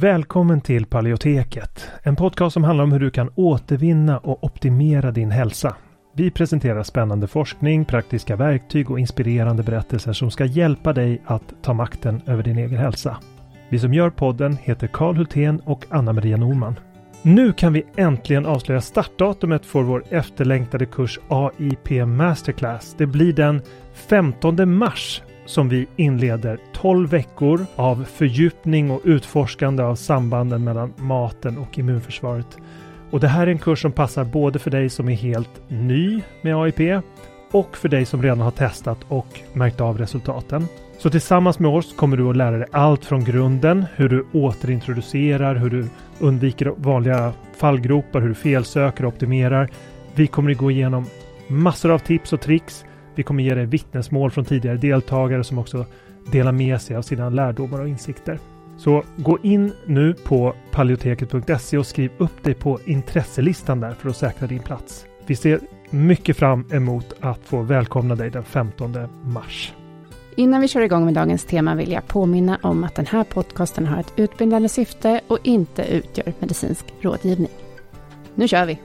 Välkommen till Paleoteket, en podcast som handlar om hur du kan återvinna och optimera din hälsa. Vi presenterar spännande forskning, praktiska verktyg och inspirerande berättelser som ska hjälpa dig att ta makten över din egen hälsa. Vi som gör podden heter Carl Hultén och Anna-Maria Norman. Nu kan vi äntligen avslöja startdatumet för vår efterlängtade kurs AIP Masterclass. Det blir den 15 mars som vi inleder 12 veckor av fördjupning och utforskande av sambanden mellan maten och immunförsvaret. Och det här är en kurs som passar både för dig som är helt ny med AIP och för dig som redan har testat och märkt av resultaten. Så tillsammans med oss kommer du att lära dig allt från grunden, hur du återintroducerar, hur du undviker vanliga fallgropar, hur du felsöker och optimerar. Vi kommer att gå igenom massor av tips och tricks. Vi kommer ge dig vittnesmål från tidigare deltagare som också delar med sig av sina lärdomar och insikter. Så gå in nu på paleoteket.se och skriv upp dig på intresselistan där för att säkra din plats. Vi ser mycket fram emot att få välkomna dig den 15 mars. Innan vi kör igång med dagens tema vill jag påminna om att den här podcasten har ett utbildande syfte och inte utgör medicinsk rådgivning. Nu kör vi!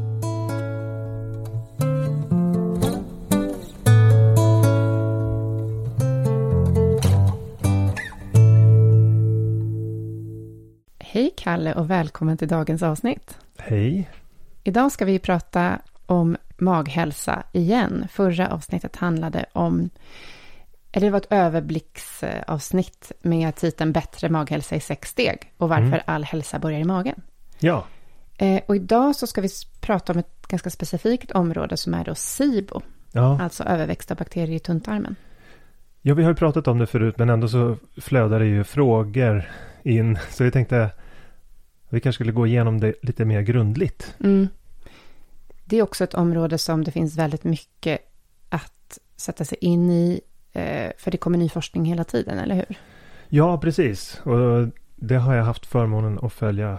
Hej Kalle och välkommen till dagens avsnitt. Hej! Idag ska vi prata om maghälsa igen. Förra avsnittet handlade om, eller det var ett överblicksavsnitt med titeln Bättre maghälsa i 6 steg och varför all hälsa börjar i magen. Ja. Och idag så ska vi prata om ett ganska specifikt område som är då SIBO. Ja. Alltså överväxta bakterier i tunntarmen. Ja, vi har ju pratat om det förut men ändå så flödar det ju frågor in. Så vi tänkte vi kanske skulle gå igenom det lite mer grundligt. Mm. Det är också ett område som det finns väldigt mycket att sätta sig in i. För det kommer ny forskning hela tiden, eller hur? Ja, precis. Och det har jag haft förmånen att följa.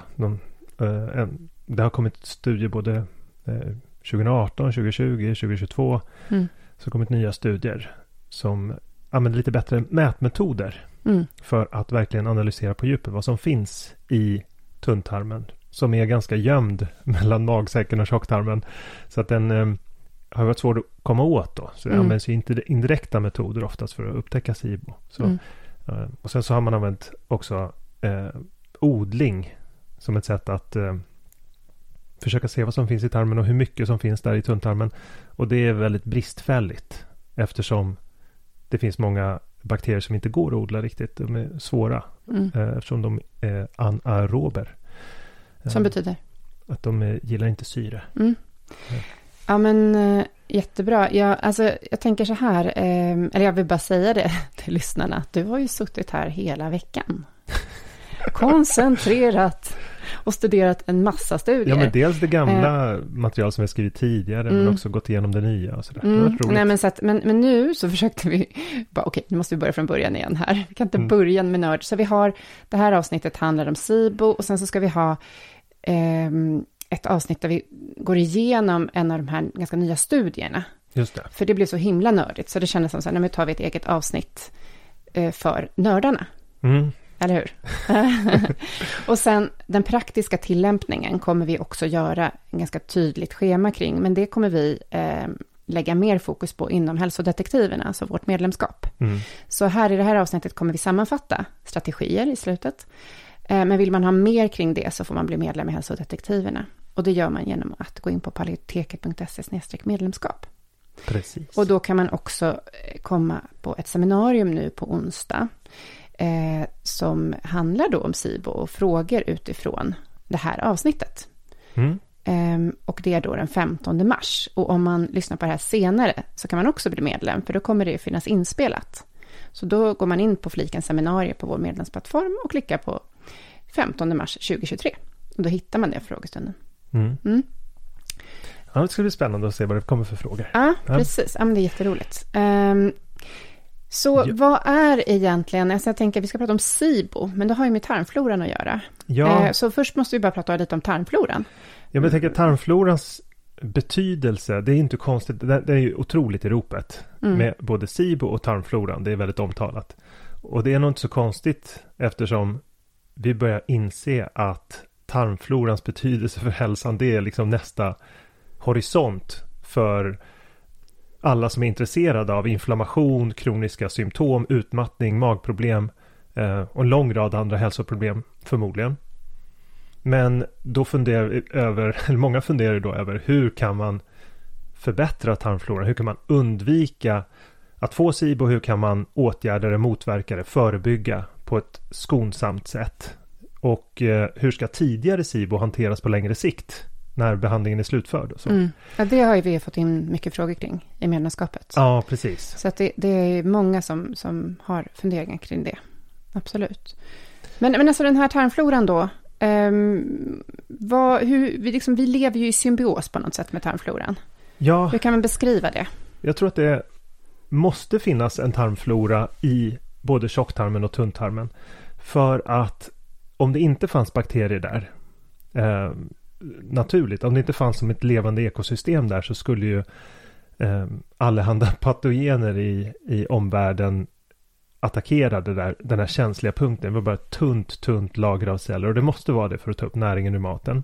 Det har kommit studier både 2018, 2020, 2022. Så har kommit nya studier som använder lite bättre mätmetoder. För att verkligen analysera på djupet vad som finns i tunntarmen. Som är ganska gömd mellan magsäcken och tjocktarmen. Så att den har varit svår att komma åt då. Så det används ju inte indirekta metoder oftast för att upptäcka SIBO. Så, och sen så har man använt också odling som ett sätt att försöka se vad som finns i tarmen och hur mycket som finns där i tunntarmen. Och det är väldigt bristfälligt eftersom det finns många bakterier som inte går att odla riktigt. De är svåra eftersom de är anaerober. Som betyder? Att de gillar inte syre. Ja men jättebra. Jag tänker så här, eller jag vill bara säga det till lyssnarna. Du har ju suttit här hela veckan. Koncentrerat och studerat en massa studier. Ja men dels det gamla material som jag skrivit tidigare men också gått igenom det nya och sådär. Det var roligt. Nej, men nu så försökte vi bara, okej, nu måste vi börja från början igen här. Vi kan inte börja med nörd. Så vi har, det här avsnittet handlar om SIBO och sen så ska vi ha ett avsnitt där vi går igenom en av de här ganska nya studierna. Just det. För det blev så himla nördigt så det kändes som så här, nu tar vi ett eget avsnitt för nördarna. Eller hur? Och sen den praktiska tillämpningen kommer vi också göra en ganska tydligt schema kring. Men det kommer vi lägga mer fokus på inom hälsodetektiverna, alltså vårt medlemskap. Så här i det här avsnittet kommer vi sammanfatta strategier i slutet. Men vill man ha mer kring det så får man bli medlem i hälsodetektiverna. Och det gör man genom att gå in på paleoteket.se/medlemskap. Precis. Och då kan man också komma på ett seminarium nu på onsdag. Som handlar då om SIBO och frågor utifrån det här avsnittet. Och det är då den 15 mars. Och om man lyssnar på det här senare så kan man också bli medlem för då kommer det finnas inspelat. Så då går man in på fliken seminarier på vår medlemsplattform och klickar på 15 mars 2023. Och då hittar man det frågestunden. Ja, det ska bli spännande att se vad det kommer för frågor. Ja, precis. Ja, men det är jätteroligt. Så vad är egentligen, alltså jag tänker att vi ska prata om SIBO, men det har ju med tarmfloran att göra. Ja. Så först måste vi bara prata lite om tarmfloran. Ja, men jag tänker att tarmflorans betydelse, det är inte konstigt, det är ju otroligt i ropet. Med både SIBO och tarmfloran, det är väldigt omtalat. Och det är nog inte så konstigt eftersom vi börjar inse att tarmflorans betydelse för hälsan, det är liksom nästa horisont för alla som är intresserade av inflammation, kroniska symptom, utmattning, magproblem och en lång rad andra hälsoproblem förmodligen. Men då många funderar då över hur kan man förbättra tarmfloran? Hur kan man undvika att få SIBO? Hur kan man åtgärda det, motverka det, förebygga på ett skonsamt sätt? Och hur ska tidigare SIBO hanteras på längre sikt när behandlingen är slutförd? Och så? Ja, det har ju vi fått in mycket frågor kring i medlemskapet. Ja, precis. Så att det är många som har funderingar kring det. Absolut. Men alltså den här tarmfloran då, vi lever ju i symbios på något sätt med tarmfloran. Ja. Hur kan man beskriva det? Jag tror att det måste finnas en tarmflora i både tjocktarmen och tunntarmen. För att om det inte fanns bakterier där naturligt, om det inte fanns som ett levande ekosystem där, så skulle ju allehanda patogener i omvärlden attackera den här känsliga punkten. Det var bara ett tunt lager av celler, och det måste vara det för att ta upp näringen ur maten.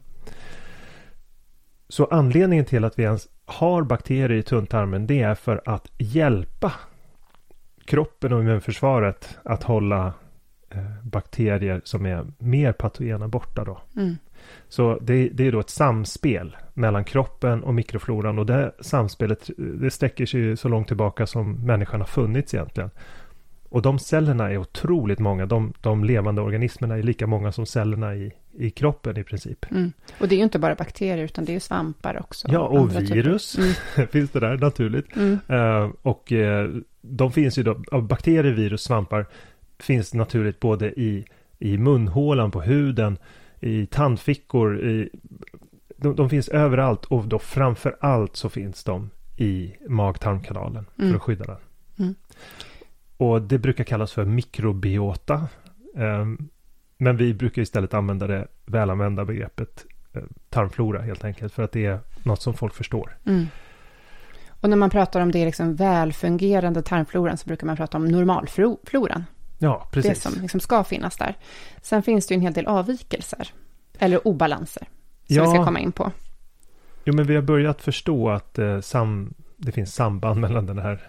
Så anledningen till att vi ens har bakterier i tunntarmen, det är för att hjälpa kroppen och immunförsvaret att hålla bakterier som är mer patogena borta då. Så det är då ett samspel mellan kroppen och mikrofloran, och det samspelet, det sträcker sig så långt tillbaka som människan har funnits egentligen. Och de cellerna är otroligt många. De levande organismerna är lika många som cellerna i kroppen i princip. Och det är ju inte bara bakterier, utan det är ju svampar också. Ja, och virus finns det där naturligt. Och de finns ju då, av bakterier, virus, svampar finns naturligt både i munhålan, på huden, i tandfickor, de finns överallt, och då framför allt så finns de i mag-tarmkanalen för att skydda den. Och det brukar kallas för mikrobiota. Men vi brukar istället använda det välanvända begreppet tarmflora helt enkelt, för att det är något som folk förstår. Och när man pratar om det liksom välfungerande tarmfloran, så brukar man prata om normalfloran. Ja, precis. Det som liksom ska finnas där. Sen finns det ju en hel del avvikelser. Eller obalanser. Som vi ska komma in på. Jo, men vi har börjat förstå att det finns samband mellan den här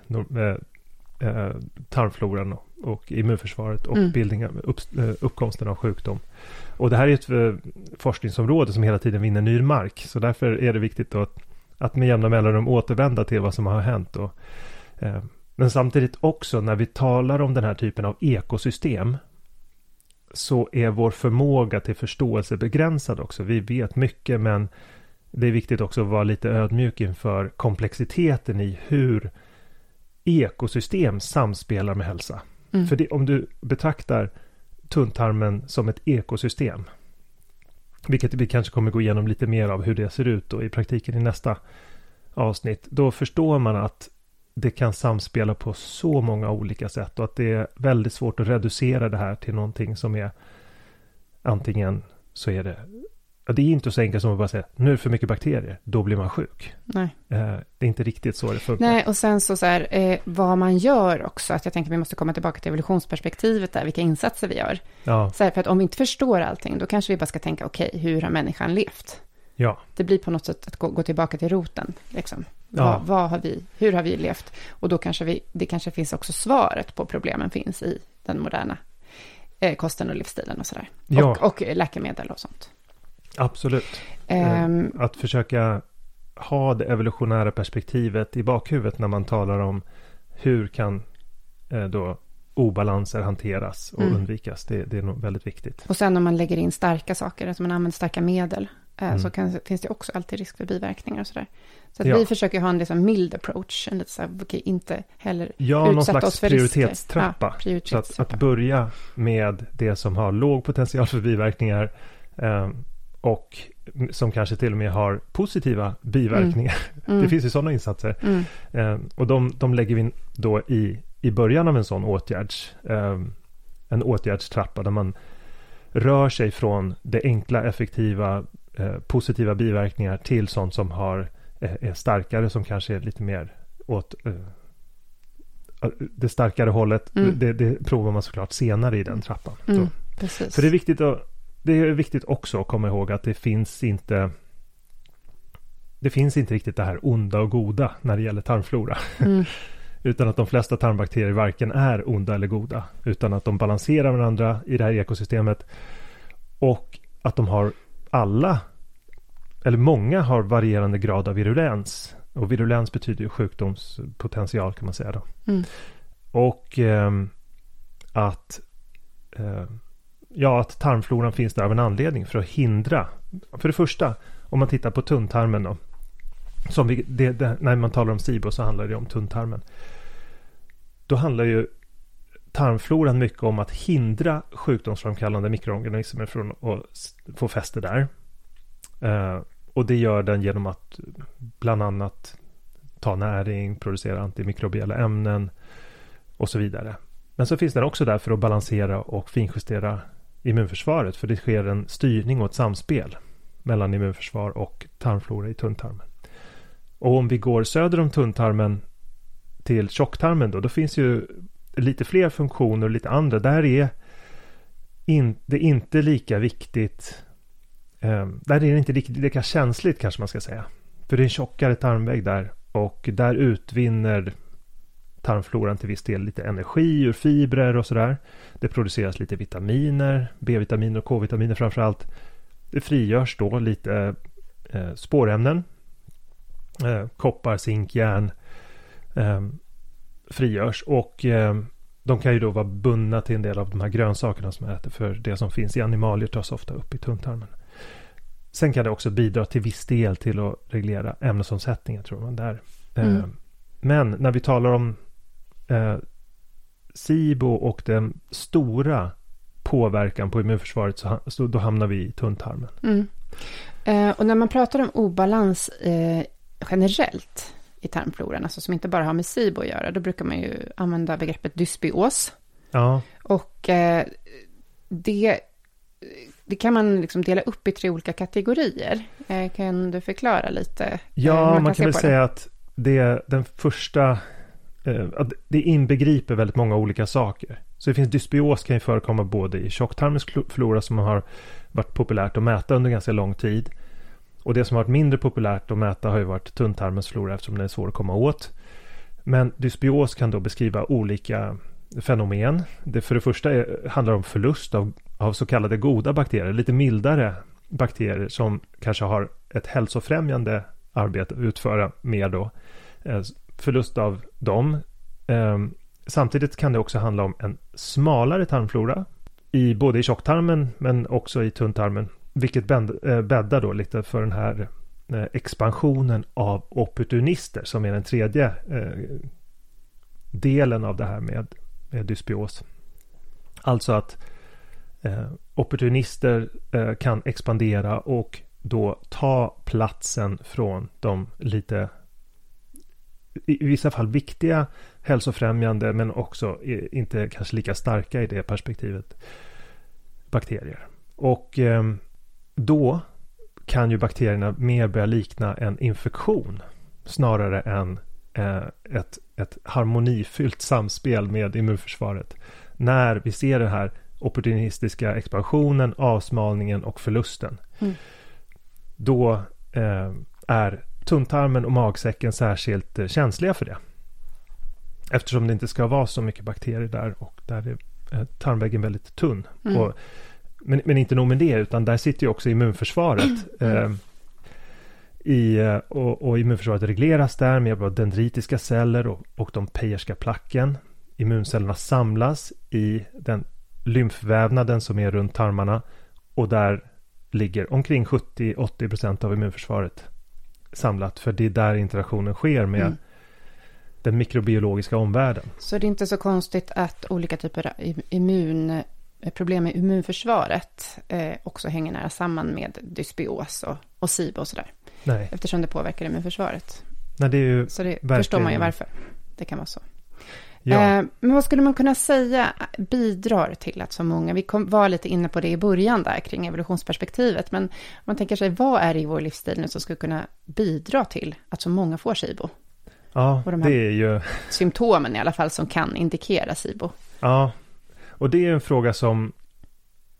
tarmfloran och immunförsvaret och uppkomsten av sjukdom. Och det här är ett forskningsområde som hela tiden vinner ny mark. Så därför är det viktigt att med jämna mellanrum återvända till vad som har hänt. Men samtidigt också, när vi talar om den här typen av ekosystem, så är vår förmåga till förståelse begränsad också. Vi vet mycket, men det är viktigt också att vara lite ödmjuk inför komplexiteten i hur ekosystem samspelar med hälsa. För om du betraktar tunntarmen som ett ekosystem, vilket vi kanske kommer gå igenom lite mer av hur det ser ut då i praktiken i nästa avsnitt, då förstår man att det kan samspela på så många olika sätt, och att det är väldigt svårt att reducera det här till någonting som är antingen så är det är inte så enkelt som att bara säga nu är det för mycket bakterier, då blir man sjuk. Nej. Det är inte riktigt så det funkar. Nej, och sen så här, vad man gör också, att jag tänker att vi måste komma tillbaka till evolutionsperspektivet där, vilka insatser vi gör. Ja. Så här, för att om vi inte förstår allting, då kanske vi bara ska tänka, okej, hur har människan levt? Ja. Det blir på något sätt att gå tillbaka till roten. Liksom. Hur har vi levt? Och då kanske det kanske finns också svaret på problemen finns i den moderna kosten och livsstilen och sådär. Ja. Och läkemedel och sånt. Absolut. Att försöka ha det evolutionära perspektivet i bakhuvudet när man talar om hur kan då obalanser hanteras och undvikas. Det är nog väldigt viktigt. Och sen om man lägger in starka saker, alltså man använder starka medel, så finns det också alltid risk för biverkningar och sådär. Så att vi försöker ha en liksom mild approach, en lite så här, inte heller någon slags prioritetstrappa. Så att börja med det som har låg potential för biverkningar och som kanske till och med har positiva biverkningar. Det finns ju sådana insatser. Och de lägger vi då i början av en sån en åtgärdstrappa där man rör sig från det enkla, effektiva, positiva biverkningar till sånt som är starkare, som kanske är lite mer åt det starkare hållet. Det provar man såklart senare i den trappan. Precis. För det är viktigt också att komma ihåg att det finns inte riktigt det här onda och goda när det gäller tarmflora. Utan att de flesta tarmbakterier varken är onda eller goda. Utan att de balanserar varandra i det här ekosystemet. Och att de har många har varierande grad av virulens. Och virulens betyder ju sjukdomspotential kan man säga då. Och att tarmfloran finns där av en anledning för att hindra. För det första, om man tittar på tunntarmen då. När man talar om SIBO så handlar det om tunntarmen. Då handlar ju tarmfloran mycket om att hindra sjukdomsframkallande mikroorganismer från att få fäste där. Och det gör den genom att bland annat ta näring, producera antimikrobiella ämnen och så vidare. Men så finns den också där för att balansera och finjustera immunförsvaret. För det sker en styrning och ett samspel mellan immunförsvar och tarmflora i tunntarmen. Och om vi går söder om tunntarmen till tjocktarmen då finns ju lite fler funktioner och lite andra. Där är det inte lika viktigt. Där är det inte lika känsligt kanske man ska säga. För det är en tjockare tarmvägg där. Och där utvinner tarmfloran till viss del lite energi ur fibrer och sådär. Det produceras lite vitaminer, B-vitaminer och K-vitaminer framförallt. Det frigörs då lite spårämnen. Koppar, zink, järn frigörs. Och de kan ju då vara bundna till en del av de här grönsakerna som man äter. För det som finns i animalier tas ofta upp i tunntarmen. Sen kan det också bidra till viss del till att reglera ämnesomsättningen tror man där. Men när vi talar om SIBO och den stora påverkan på immunförsvaret så då hamnar vi i tunntarmen. Och när man pratar om obalans generellt i tarmfloran, alltså som inte bara har med SIBO att göra, då brukar man ju använda begreppet dysbios. Ja. Och det kan man liksom dela upp i 3 olika kategorier. Kan du förklara lite? Ja, man kan väl säga att den första att det inbegriper väldigt många olika saker. Så det finns dysbios kan ju förekomma både i tjocktarmens flora som har varit populärt att mäta under ganska lång tid. Och det som har varit mindre populärt att mäta har ju varit tunntarmens flora eftersom den är svår att komma åt. Men dysbios kan då beskriva olika fenomen. Det för det första handlar om förlust av så kallade goda bakterier, lite mildare bakterier som kanske har ett hälsofrämjande arbete att utföra mer då. Förlust av dem. Samtidigt kan det också handla om en smalare tarmflora både i tjocktarmen men också i tunntarmen, vilket bäddar då lite för den här expansionen av opportunister som är den tredje delen av det här med dysbios. Alltså att opportunister kan expandera och då ta platsen från de lite i vissa fall viktiga hälsofrämjande men också inte kanske lika starka i det perspektivet bakterier. Och då kan ju bakterierna mer börja likna en infektion snarare än ett harmonifyllt samspel med immunförsvaret. När vi ser den här opportunistiska expansionen, avsmalningen och förlusten. Då är tunntarmen och magsäcken särskilt känsliga för det. Eftersom det inte ska vara så mycket bakterier där och där är tarmväggen väldigt tunn. Men inte nog med det, utan där sitter ju också immunförsvaret. Och immunförsvaret regleras där med dendritiska celler och de Peyerska placken. Immuncellerna samlas i den lymfvävnaden som är runt tarmarna och där ligger omkring 70-80% av immunförsvaret samlat, för det är där interaktionen sker med den mikrobiologiska omvärlden. Så det är inte så konstigt att olika typer av problem med immunförsvaret också hänger nära samman med dysbios och SIBO och sådär. Nej. Eftersom det påverkar immunförsvaret. Nej, det är ju så det verkligen... förstår man ju varför det kan vara så. Ja. Men vad skulle man kunna säga bidrar till att så många, vi var lite inne på det i början där kring evolutionsperspektivet, men man tänker sig, vad är det i vår livsstil nu som skulle kunna bidra till att så många får SIBO? Ja, och de här det är ju symptomen i alla fall som kan indikera SIBO. Ja, och det är en fråga som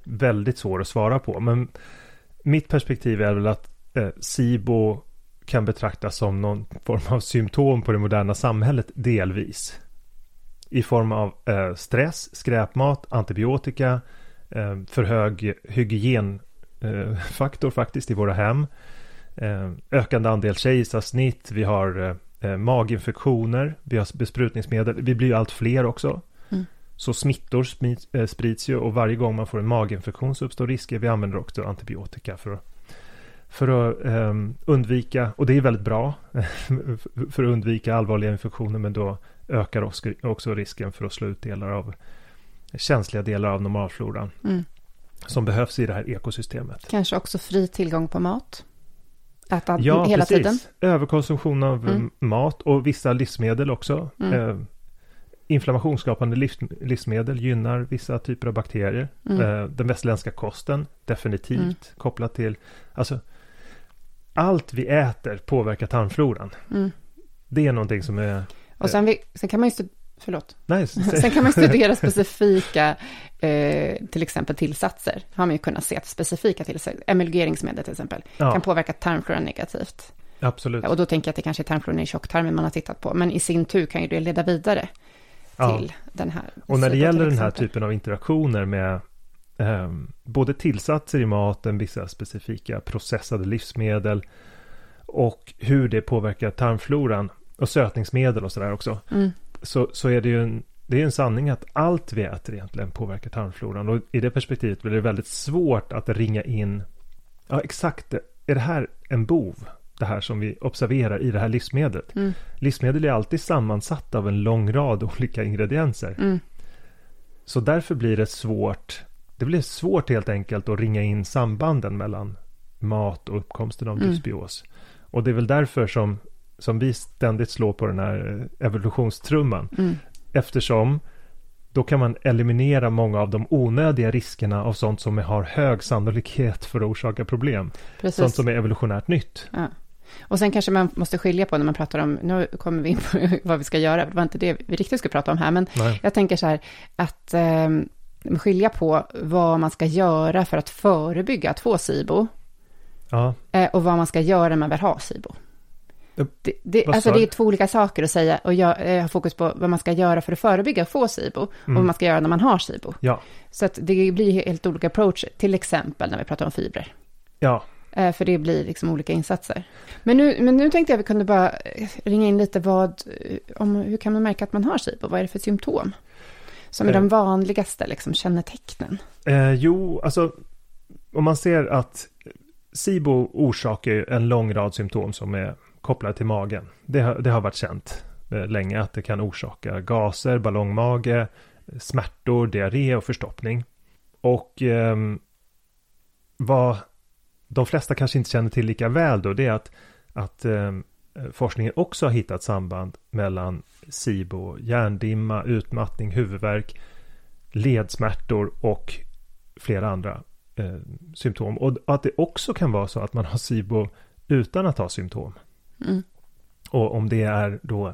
väldigt svår att svara på. Men mitt perspektiv är väl att SIBO kan betraktas som någon form av symptom på det moderna samhället delvis. I form av stress, skräpmat, antibiotika, för hög hygienfaktor faktiskt i våra hem. Ökande andel kejsarsnitt, vi har maginfektioner, vi har besprutningsmedel, vi blir ju allt fler också. Så smittor sprids ju, och varje gång man får en maginfektion så uppstår risker. Vi använder också antibiotika för att undvika, och det är väldigt bra för att undvika allvarliga infektioner, men då ökar också risken för att slå ut känsliga delar av normalfloran som behövs i det här ekosystemet. Kanske också fri tillgång på mat? Äta hela precis. Tiden? Överkonsumtion av mat och vissa livsmedel också. Inflammationsskapande livsmedel gynnar vissa typer av bakterier. Den västerländska kosten definitivt kopplat till, alltså allt vi äter påverkar tarmfloran. Det är någonting som är... Och sen kan man ju Sen kan man studera specifika till exempel tillsatser. Har man ju kunnat se att specifika tillsatser, emulgeringsmedel till exempel, kan påverka tarmfloran negativt. Absolut. Och då tänker jag att det kanske är tarmfloran i tjocktarmen man har tittat på. Men i sin tur kan ju det leda vidare till den här. Och när det gäller den här typen av interaktioner med både tillsatser i maten, vissa specifika processade livsmedel och hur det påverkar tarmfloran och sötningsmedel och sådär också. Så är det ju en sanning att allt vi äter egentligen påverkar tarmfloran, och i det perspektivet blir det väldigt svårt att ringa in exakt, är det här en bov, det här som vi observerar i det här livsmedlet. Livsmedel är alltid sammansatt av en lång rad olika ingredienser. Så därför blir det blir svårt helt enkelt att ringa in sambanden mellan mat och uppkomsten av dysbios. Och det är väl därför som vi ständigt slår på den här evolutionstrumman. Eftersom då kan man eliminera många av de onödiga riskerna av sånt som har hög sannolikhet för att orsaka problem. Precis. Sånt som är evolutionärt nytt. Ja. Och sen kanske man måste skilja på när man pratar om, nu kommer vi in på vad vi ska göra, det var inte det vi riktigt skulle prata om här, men jag tänker så här att skilja på vad man ska göra för att förebygga att få SIBO och vad man ska göra när man vill ha SIBO. Det är två olika saker att säga, och jag har fokus på vad man ska göra för att förebygga att få SIBO och vad man ska göra när man har SIBO. Så att det blir helt olika approach, till exempel när vi pratar om fibrer. För det blir liksom olika insatser. Men nu tänkte jag att vi kunde bara ringa in lite hur kan man märka att man har SIBO? Vad är det för symptom? Som är de vanligaste liksom, kännetecknen. Alltså om man ser att SIBO orsakar en lång rad symptom som är kopplade till magen. Det har varit känt länge att det kan orsaka gaser, ballongmage, smärtor, diarré och förstoppning. Och vad de flesta kanske inte känner till lika väl då, det är att forskningen också har hittat samband mellan SIBO, hjärndimma, utmattning, huvudvärk, ledsmärtor och flera andra symptom. Och att det också kan vara så att man har SIBO utan att ha symptom. Och om det är då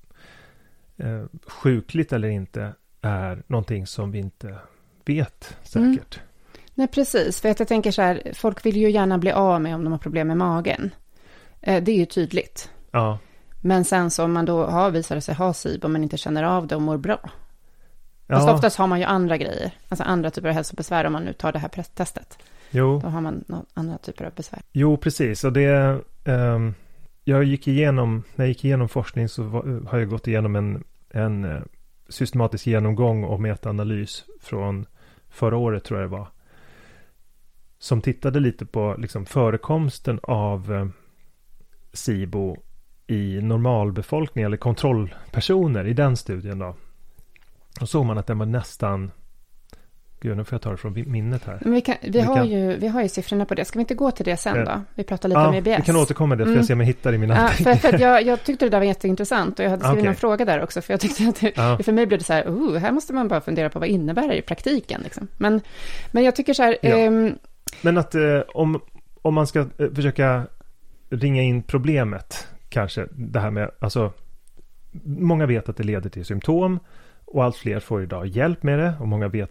sjukligt eller inte är någonting som vi inte vet säkert. Nej, precis. För att jag tänker så här, folk vill ju gärna bli av med om de har problem med magen. Det är ju tydligt. Men sen så om man då visar sig ha SIBO men inte känner av det och mår bra. Fast oftast har man ju andra grejer. Alltså andra typer av hälsobesvär om man nu tar det här testet. Då har man andra typer av besvär. Jo, precis. Och det... när jag gick igenom forskning så har jag gått igenom en systematisk genomgång och metaanalys från förra året tror jag det var. Som tittade lite på liksom förekomsten av SIBO i normalbefolkning eller kontrollpersoner i den studien då. Och såg man att den var nästan... Gud, nu får jag ta det från minnet här. Men vi har ju siffrorna på det. Ska vi inte gå till det sen då? Vi pratar lite om EBS. Vi kan återkomma till det för jag ser om jag hittar i mina anteckningar. För jag tyckte det där var jätteintressant och jag hade skrivit en fråga där också. För jag tyckte att för mig blev det så här, här måste man bara fundera på vad innebär det i praktiken. Liksom. Men jag tycker så här... Men att om man ska försöka ringa in problemet kanske, det här med, alltså många vet att det leder till symptom och allt fler får idag hjälp med det och många vet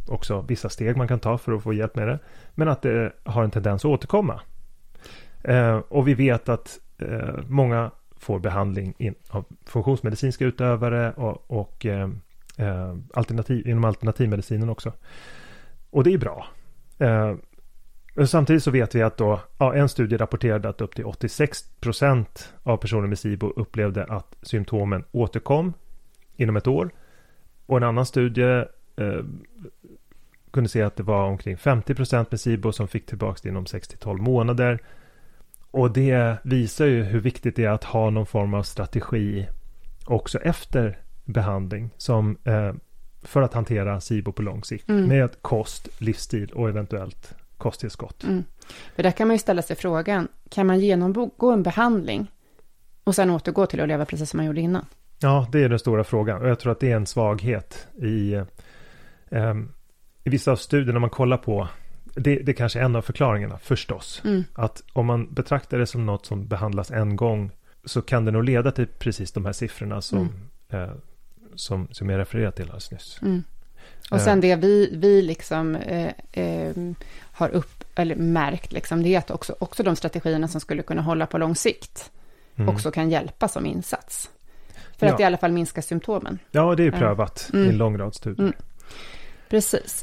också vissa steg man kan ta för att få hjälp med det. Men att det har en tendens att återkomma. Och vi vet att många får behandling av funktionsmedicinska utövare och inom alternativmedicinen också. Och det är bra. Samtidigt så vet vi att då, en studie rapporterade att upp till 86% av personer med SIBO upplevde att symptomen återkom inom ett år. Och en annan studie kunde se att det var omkring 50% med SIBO som fick tillbaka det inom 6-12 månader. Och det visar ju hur viktigt det är att ha någon form av strategi också efter behandling som för att hantera SIBO på lång sikt med kost, livsstil och eventuellt kosttillskott. För där kan man ju ställa sig frågan, kan man genomgå en behandling och sen återgå till att leva precis som man gjorde innan? Ja, det är den stora frågan och jag tror att det är en svaghet i vissa av studierna man kollar på. Det är kanske en av förklaringarna förstås. Att om man betraktar det som något som behandlas en gång så kan det nog leda till precis de här siffrorna som jag refererade till alldeles nyss. Och sen det vi liksom har märkt liksom, det är att också de strategierna som skulle kunna hålla på lång sikt också kan hjälpa som insats. För att i alla fall minska symptomen. Ja, det är prövat i en lång rad studier. Precis.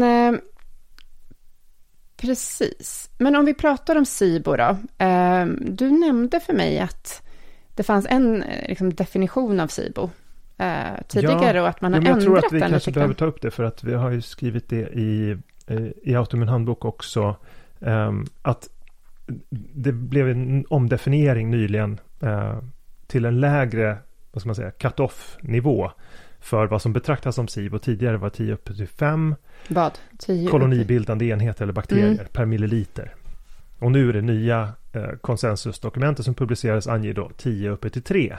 Men om vi pratar om SIBO då. Du nämnde för mig att det fanns en liksom, definition av SIBO tidigare och att man har ändrat den. Jag tror att vi kanske behöver ta upp det för att vi har ju skrivit det i Autoimmun handbok också. Att det blev en omdefiniering nyligen till en lägre, vad ska man säga, cut-off-nivå för vad som betraktas som SIBO. Tidigare var 10 upp till 5 kolonibildande enheter eller bakterier per milliliter. Och nu är det nya konsensusdokumentet som publicerades anger då 10 upp till 3.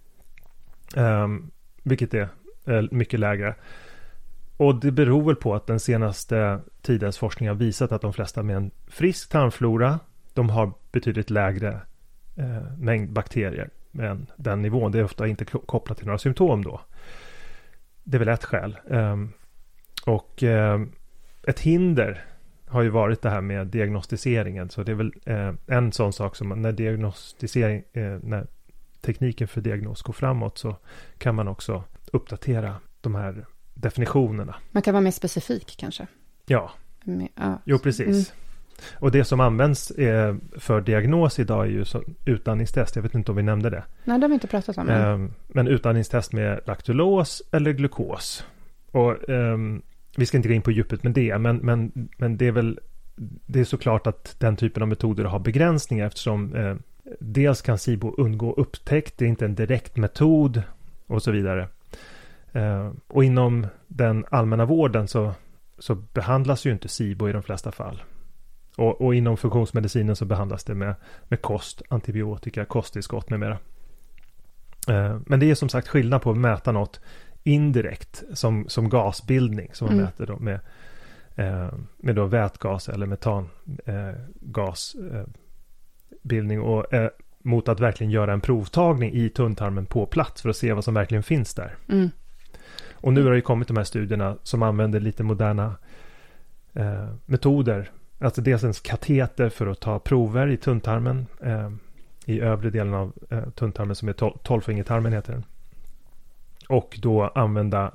Vilket är mycket lägre. Och det beror väl på att den senaste tidens forskning har visat att de flesta med en frisk tarmflora, de har betydligt lägre mängd bakterier än den nivån. Det är ofta inte kopplat till några symptom då. Det är väl ett skäl. Och ett hinder har ju varit det här med diagnostiseringen. Så det är väl en sån sak som när tekniken för diagnos går framåt så kan man också uppdatera de här definitionerna. Man kan vara mer specifik kanske. Ja, jo precis. Och det som används för diagnos idag är ju utandningstest. Jag vet inte om vi nämnde det. Nej, det har vi inte pratat om. Men utandningstest med laktulos eller glukos. Och vi ska inte gå in på djupet med det. Men det är såklart att den typen av metoder har begränsningar eftersom dels kan SIBO undgå upptäckt. Det är inte en direkt metod och så vidare. Och inom den allmänna vården så behandlas ju inte SIBO i de flesta fall. Och inom funktionsmedicinen så behandlas det med kost, antibiotika, kosttillskott med mera. Men det är som sagt skillnad på att mäta något indirekt som gasbildning som man mäter då med då vätgas eller metangasbildning och mot att verkligen göra en provtagning i tunntarmen på plats för att se vad som verkligen finns där. Och nu har det ju kommit de här studierna som använder lite moderna metoder. Alltså dels en kateter för att ta prover i tunntarmen i övre delen av tunntarmen som är 12-fingertarmen heter den. Och då använda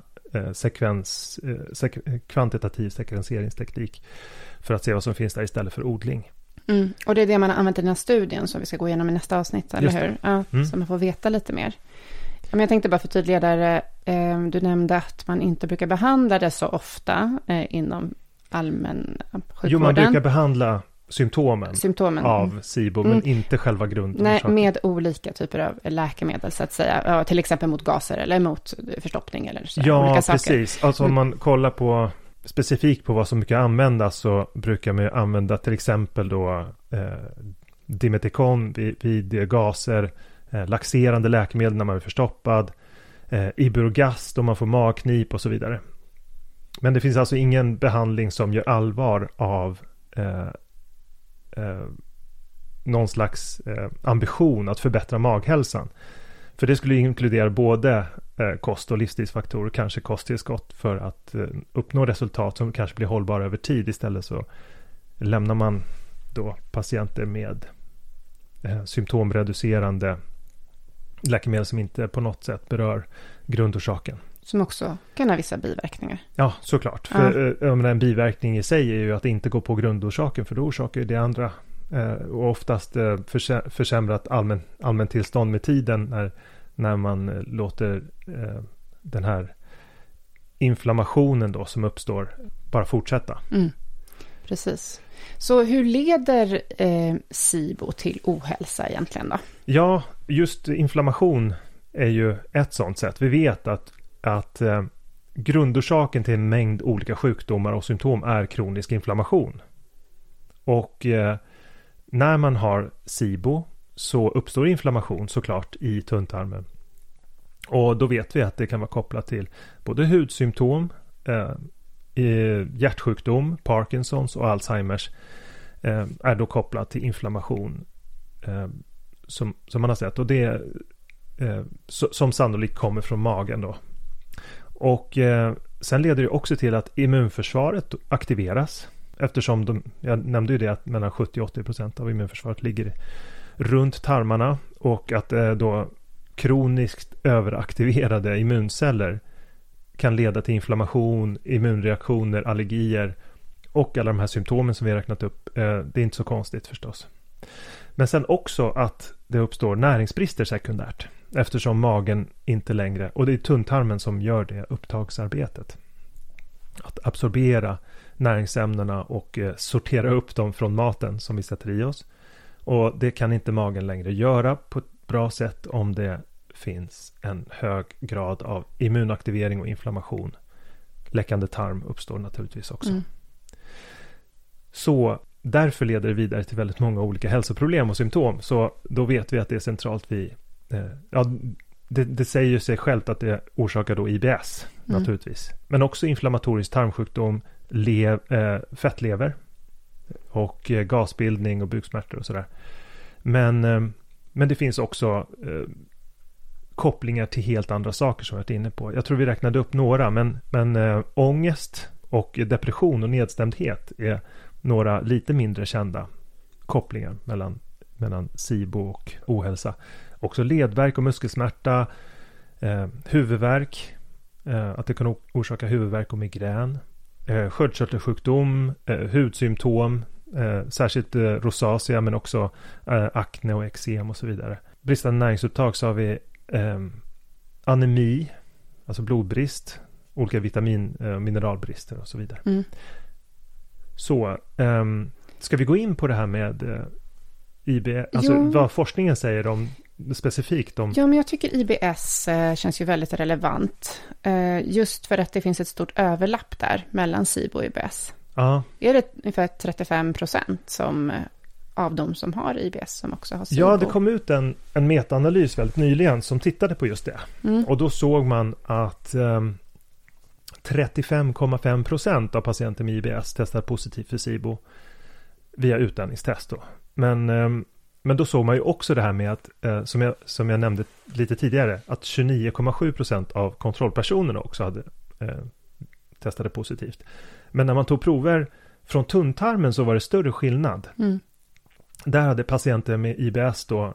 kvantitativ sekvenseringsteknik för att se vad som finns där istället för odling. Och det är det man har använt i den här studien som vi ska gå igenom i nästa avsnitt, eller hur? Ja, så man får veta lite mer. Men jag tänkte bara förtydliga där, du nämnde att man inte brukar behandla det så ofta inom allmän sjukvården. Jo, man brukar behandla symptomen. Av SIBO, men inte själva grunden. Nej, med olika typer av läkemedel så att säga. Ja, till exempel mot gaser eller mot förstoppning eller så. Ja, olika saker. Precis. Alltså om man kollar på specifikt på vad som brukar användas så brukar man ju använda till exempel då Dimeticon vid gaser, laxerande läkemedel när man är förstoppad, Iberogast om man får magknip och så vidare. Men det finns alltså ingen behandling som gör allvar av någon slags ambition att förbättra maghälsan. För det skulle inkludera både kost- och livsstilsfaktorer, kanske kosttillskott för att uppnå resultat som kanske blir hållbara över tid. Istället så lämnar man då patienter med symptomreducerande läkemedel som inte på något sätt berör grundorsaken. Som också kan ha vissa biverkningar. Ja, såklart. För en biverkning i sig är ju att inte gå på grundorsaken, för då orsakar det andra och oftast försämrat allmäntillstånd med tiden när man låter den här inflammationen då som uppstår bara fortsätta. Precis. Så hur leder SIBO till ohälsa egentligen då? Ja, just inflammation är ju ett sådant sätt. Vi vet att grundorsaken till en mängd olika sjukdomar och symptom är kronisk inflammation. Och när man har SIBO så uppstår inflammation såklart i tunntarmen. Och då vet vi att det kan vara kopplat till både hudsymptom, hjärtsjukdom, Parkinsons och Alzheimers är då kopplat till inflammation som man har sett. Och det som sannolikt kommer från magen då. Och sen leder det också till att immunförsvaret aktiveras. Eftersom jag nämnde ju det att mellan 70-80% av immunförsvaret ligger runt tarmarna. Och att då kroniskt överaktiverade immunceller kan leda till inflammation, immunreaktioner, allergier och alla de här symptomen som vi har räknat upp. Det är inte så konstigt förstås. Men sen också att det uppstår näringsbrister sekundärt. Eftersom magen inte längre, och det är tunntarmen som gör det upptagsarbetet. Att absorbera näringsämnena och sortera upp dem från maten som vi sätter i oss. Och det kan inte magen längre göra på ett bra sätt om det finns en hög grad av immunaktivering och inflammation. Läckande tarm uppstår naturligtvis också. Så därför leder det vidare till väldigt många olika hälsoproblem och symptom. Så då vet vi att det är centralt det säger sig självt att det orsakar då IBS naturligtvis. Men också inflammatorisk tarmsjukdom, fettlever och gasbildning och buksmärtor och sådär. Men det finns också kopplingar till helt andra saker som jag varit inne på. Jag tror vi räknade upp några, men ångest och depression och nedstämdhet är några lite mindre kända kopplingar mellan SIBO och ohälsa. Också ledvärk och muskelsmärta, huvudvärk, att det kan orsaka huvudvärk och migrän, sköldkörtelsjukdom, hudsymptom, särskilt rosacea men också akne och eksem och så vidare. Bristande näringsupptag så har vi anemi, alltså blodbrist, olika mineralbrister och så vidare. Så ska vi gå in på det här med IBS, alltså vad forskningen säger om specifikt om... Ja, men jag tycker IBS känns ju väldigt relevant. Just för att det finns ett stort överlapp där mellan SIBO och IBS. Ja. Är det ungefär 35% av de som har IBS som också har SIBO? Ja, det kom ut en metaanalys väldigt nyligen som tittade på just det. Och då såg man att 35,5% av patienter med IBS testar positivt för SIBO via utandningstest då. Men då såg man ju också det här med att, som jag nämnde lite tidigare, att 29,7% av kontrollpersonerna också hade testade positivt. Men när man tog prover från tunntarmen så var det större skillnad. Där hade patienter med IBS då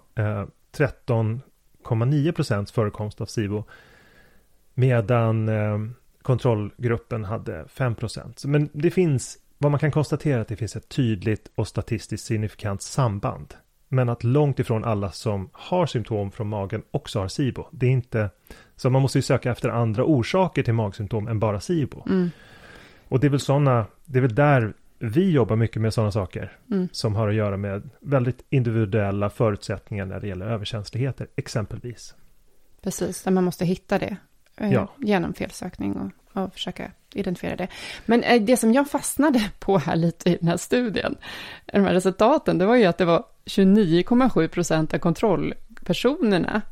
13,9% förekomst av SIBO, medan kontrollgruppen hade 5%. Men det finns, vad man kan konstatera, att det finns ett tydligt och statistiskt signifikant samband. Men att långt ifrån alla som har symptom från magen också har SIBO. Det är inte, så man måste ju söka efter andra orsaker till magsymptom än bara SIBO. Och det är väl där vi jobbar mycket med sådana saker som har att göra med väldigt individuella förutsättningar när det gäller överkänsligheter exempelvis. Precis, där man måste hitta det genom felsökning och försöka identifiera det. Men det som jag fastnade på här lite i den här studien, de här resultaten, det var ju att det var 29,7% av kontrollpersonerna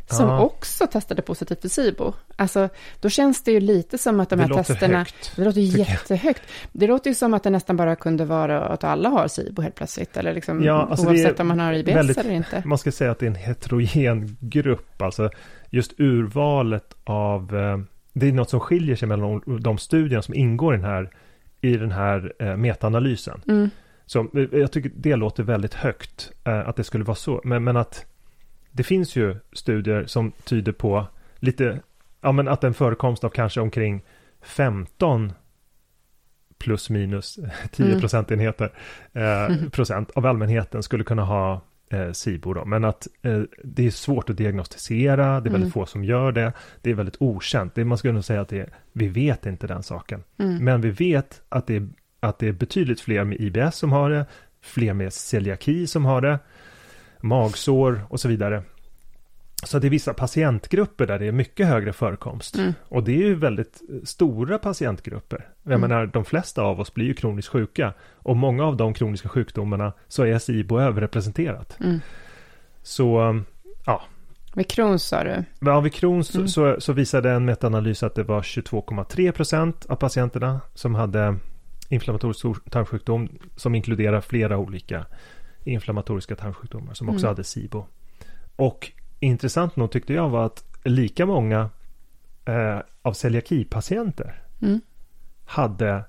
som också testade positivt för SIBO. Alltså, då känns det ju lite som att de här testerna... Högt, det låter jättehögt. Det låter ju som att det nästan bara kunde vara att alla har SIBO helt plötsligt. Eller liksom, alltså oavsett om man har IBS väldigt, eller inte. Man ska säga att det är en heterogen grupp. Alltså just urvalet av... Det är något som skiljer sig mellan de studierna som ingår i den här metaanalysen. Mm. Så jag tycker det låter väldigt högt att det skulle vara så. Men att det finns ju studier som tyder på lite, ja, men att en förekomst av kanske omkring 15 plus minus 10 procentenheter procent av allmänheten skulle kunna ha SIBO då. Men att det är svårt att diagnostisera, det är väldigt få som gör det, det är väldigt okänt. Man skulle nog säga att vi vet inte den saken. Men vi vet att det är betydligt fler med IBS som har det, fler med celiaki som har det, magsår och så vidare. Så det är vissa patientgrupper där det är mycket högre förekomst. Och det är ju väldigt stora patientgrupper. Jag menar, de flesta av oss blir ju kroniskt sjuka. Och många av de kroniska sjukdomarna så är SIBO överrepresenterat. Så, ja. Vid Crohns sa du? Ja, vid Crohns så visade en metaanalys att det var 22,3% av patienterna som hade inflammatorisk tarmsjukdom som inkluderar flera olika inflammatoriska tarmsjukdomar som också hade SIBO. Och intressant nog tyckte jag var att lika många av celiaki-patienter hade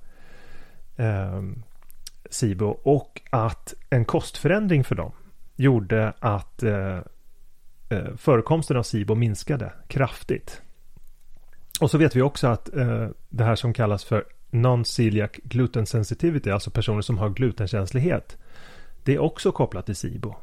SIBO och att en kostförändring för dem gjorde att förekomsten av SIBO minskade kraftigt. Och så vet vi också att det här som kallas för non-celiac gluten sensitivity, alltså personer som har glutenkänslighet, det är också kopplat till SIBO.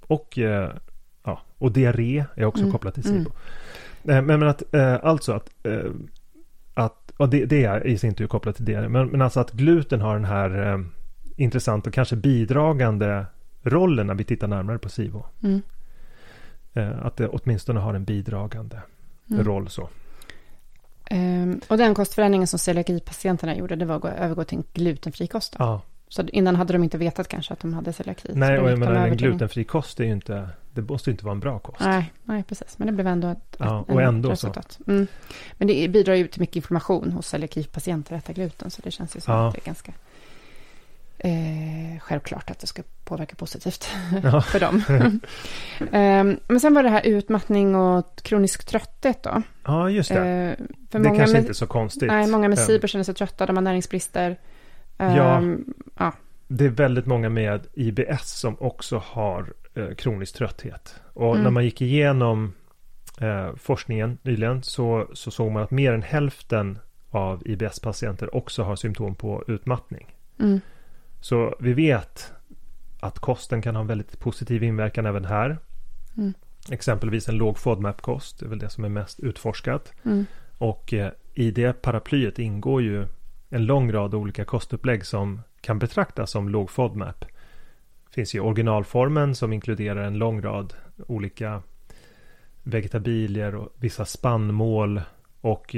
Och diarré är också kopplat till SIBO. Men att alltså att och det är i sin tur kopplat till diarré. Men alltså att gluten har den här intressanta och kanske bidragande rollen när vi tittar närmare på SIBO. Att det åtminstone har en bidragande roll så. Och den kostförändringen som celiaki-patienterna gjorde, det var att övergå till en glutenfri kost. Ja. Så innan hade de inte vetat kanske att de hade celiaki. Nej, och jag menar en glutenfri kost är ju inte, det måste ju inte vara en bra kost. Nej, precis. Men det blev ändå ett resultat. Så. Men det bidrar ju till mycket inflammation hos celiaki-patienter att äta gluten, så det känns ju som att det är ganska självklart att det ska påverka positivt för dem. Men sen var det här utmattning och kronisk trötthet då. Ja, just det. För det kanske inte är så konstigt. Nej, många med SIBO känner sig trötta, de har näringsbrister. Det är väldigt många med IBS som också har kronisk trötthet. Och när man gick igenom forskningen nyligen så såg man att mer än hälften av IBS-patienter också har symptom på utmattning. Så vi vet att kosten kan ha en väldigt positiv inverkan även här. Exempelvis en låg FODMAP-kost, det är väl det som är mest utforskat. Och i det paraplyet ingår ju en lång rad olika kostupplägg som kan betraktas som låg FODMAP. Det finns ju originalformen som inkluderar en lång rad olika vegetabilier och vissa spannmål och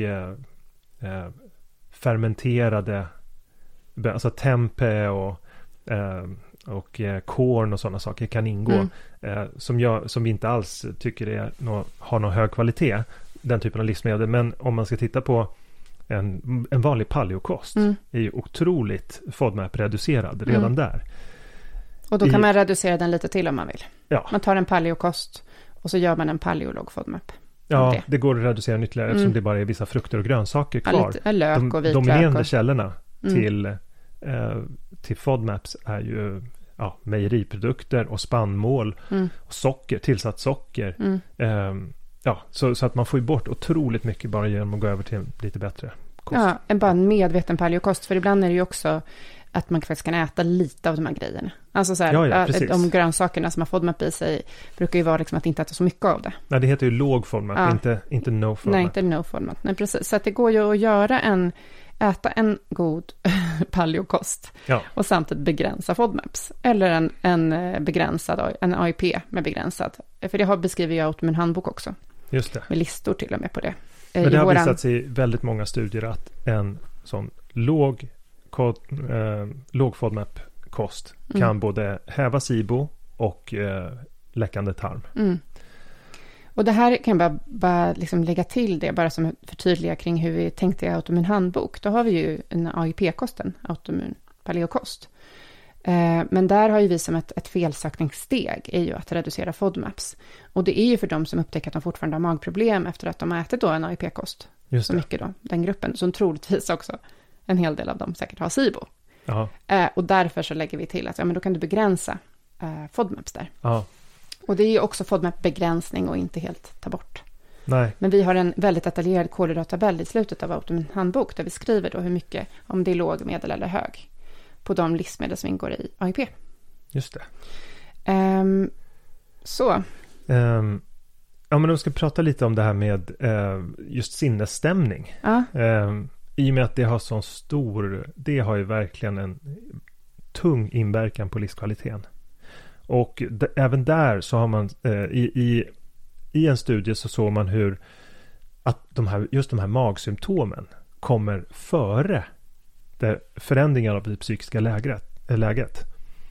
fermenterade, alltså tempe och korn och sådana saker kan ingå som vi inte alls tycker har någon hög kvalitet, den typen av livsmedel. Men om man ska titta på en vanlig paleokost är ju otroligt FODMAP-reducerad redan där. Och då kan man reducera den lite till om man vill. Ja. Man tar en paleokost och så gör man en paleolog FODMAP. Ja, det går att reducera ytterligare eftersom det bara är vissa frukter och grönsaker kvar. Ja, lök och vitlök. De dominerande källorna till FODMAPs är ju mejeriprodukter och spannmål och socker, tillsatt socker. Så att man får ju bort otroligt mycket bara genom att gå över till en lite bättre kost. Ja, bara en medveten paleokost. För ibland är det ju också att man faktiskt kan äta lite av de här grejerna. Alltså så här, de grönsakerna som har FODMAP i sig brukar ju vara liksom att inte äta så mycket av det. Nej, det heter ju låg FODMAP, inte no FODMAP. Nej, inte no FODMAP. Nej, precis. Så att det går ju att äta en god paleokost och samtidigt begränsa FODMAPs. Eller en begränsad, en AIP med begränsad. För det beskriver jag åt min handbok också. Just det. Med listor till och med på det. Men det har visat sig i väldigt många studier att en sån låg FODMAP-kost kan både häva SIBO och läckande tarm. Och det här kan jag bara liksom lägga till det, bara som förtydliga kring hur vi tänkte i autoimmun handbok. Då har vi ju en AIP-kosten, autoimmun paleokost. Men där har ju vi som ett felsökningssteg är ju att reducera FODMAPs. Och det är ju för de som upptäcker att de fortfarande har magproblem efter att de har ätit då en AIP-kost. Så mycket då, den gruppen, som troligtvis också en hel del av dem säkert har SIBO. Och därför så lägger vi till att men då kan du begränsa FODMAPs där. Aha. Och det är ju också FODMAP-begränsning och inte helt ta bort. Nej. Men vi har en väldigt detaljerad kolhydrattabell i slutet av autoimmun handbok där vi skriver då hur mycket, om det är låg, medel eller hög, på de livsmedel som ingår i AIP. Just det. Ja, men de ska prata lite om det här med just sinnesstämning. I och med att det har sån stor, det har ju verkligen en tung inverkan på livskvaliteten. Och även där så har man i en studie så såg man hur att just de här magsymptomen kommer före förändringar av det psykiska läget.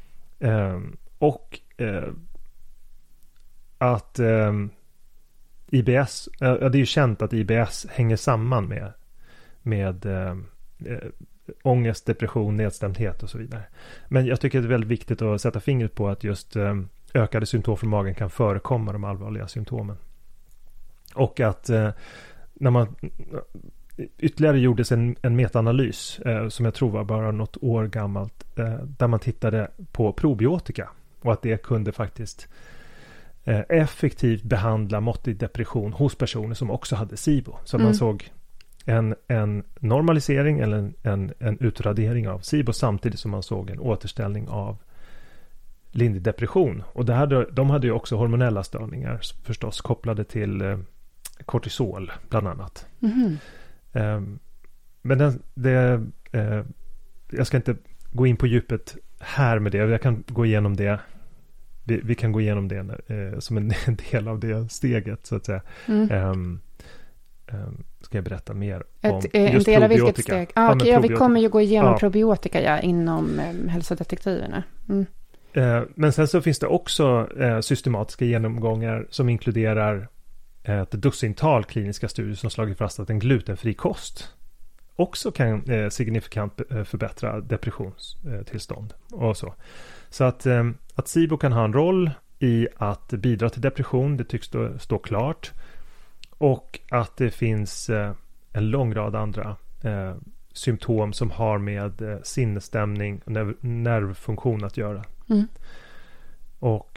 Att IBS, det är ju känt att IBS hänger samman med ångest, depression, nedstämdhet och så vidare. Men jag tycker det är väldigt viktigt att sätta fingret på att just ökade symptom från magen kan förekomma de allvarliga symptomen. Och att när man ytterligare gjordes en metaanalys som jag tror var bara något år gammalt där man tittade på probiotika och att det kunde faktiskt effektivt behandla måttlig depression hos personer som också hade SIBO. Så man såg en normalisering eller en utradering av SIBO samtidigt som man såg en återställning av lindrig depression. Och de hade ju också hormonella störningar förstås kopplade till kortisol bland annat. Men jag ska inte gå in på djupet här med det. Jag kan gå igenom det. Vi kan gå igenom det som en del av det steget så att säga. Ska jag berätta mer om en del av vilket steg? Vi kommer ju gå igenom probiotika inom hälsodetektiverna. Men sen så finns det också systematiska genomgångar som inkluderar ett dussintal kliniska studier som slagit fast att en glutenfri kost också kan signifikant förbättra depressionstillstånd och så. Så att SIBO kan ha en roll i att bidra till depression, det tycks stå klart. Och att det finns en lång rad andra symptom som har med sinnesstämning och nervfunktion att göra. Och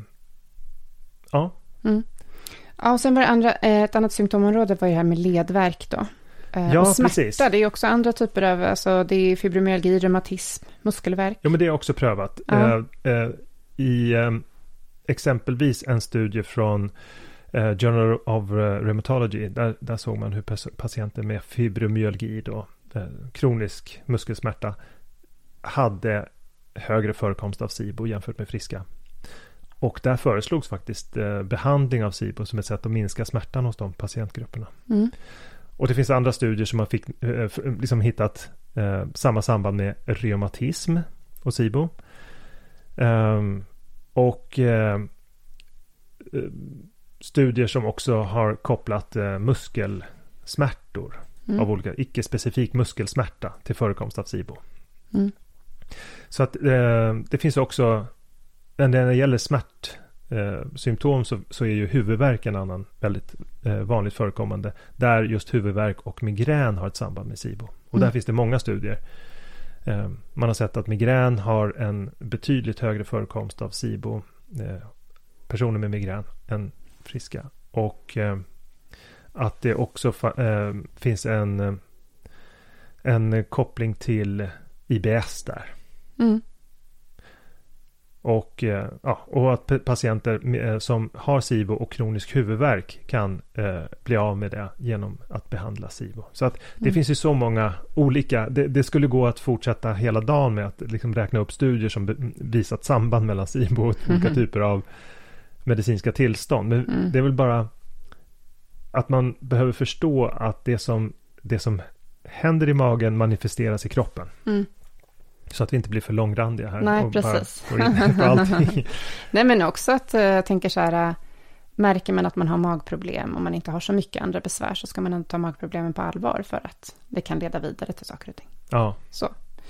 och sen var det ett annat symptomområde var ju här med ledvärk då. Och smärta, precis. Det är också andra typer av, alltså det är fibromyalgi, reumatism, muskelvärk. Ja, men det är också prövat. I exempelvis en studie från Journal of Rheumatology, där såg man hur patienter med fibromyalgi då, kronisk muskelsmärta hade högre förekomst av SIBO jämfört med friska. Och där föreslogs faktiskt behandling av SIBO som ett sätt att minska smärtan hos de patientgrupperna. Och det finns andra studier som har hittat samma samband med reumatism och SIBO. Studier som också har kopplat muskelsmärtor av olika icke-specifik muskelsmärta till förekomst av SIBO. Så att det finns också, när det gäller smärtsymptom så är ju huvudvärk en annan väldigt vanligt förekommande, där just huvudvärk och migrän har ett samband med SIBO. Och där finns det många studier. Man har sett att migrän har en betydligt högre förekomst av SIBO, personer med migrän, än friska. Och att det också finns en koppling till IBS där. Och att patienter som har SIBO och kronisk huvudvärk kan bli av med det genom att behandla SIBO. Så att det finns ju så många olika, det skulle gå att fortsätta hela dagen med att liksom räkna upp studier som visat samband mellan SIBO och olika typer av medicinska tillstånd. Men det är väl bara att man behöver förstå att det som händer i magen manifesteras i kroppen. Så att vi inte blir för långrandiga här. Nej, och precis. bara går in på allting. Nej, men också att jag tänker så här, Märker man att man har magproblem och man inte har så mycket andra besvär, så ska man ändå ta magproblemen på allvar, för att det kan leda vidare till saker och ting. Ja. Så.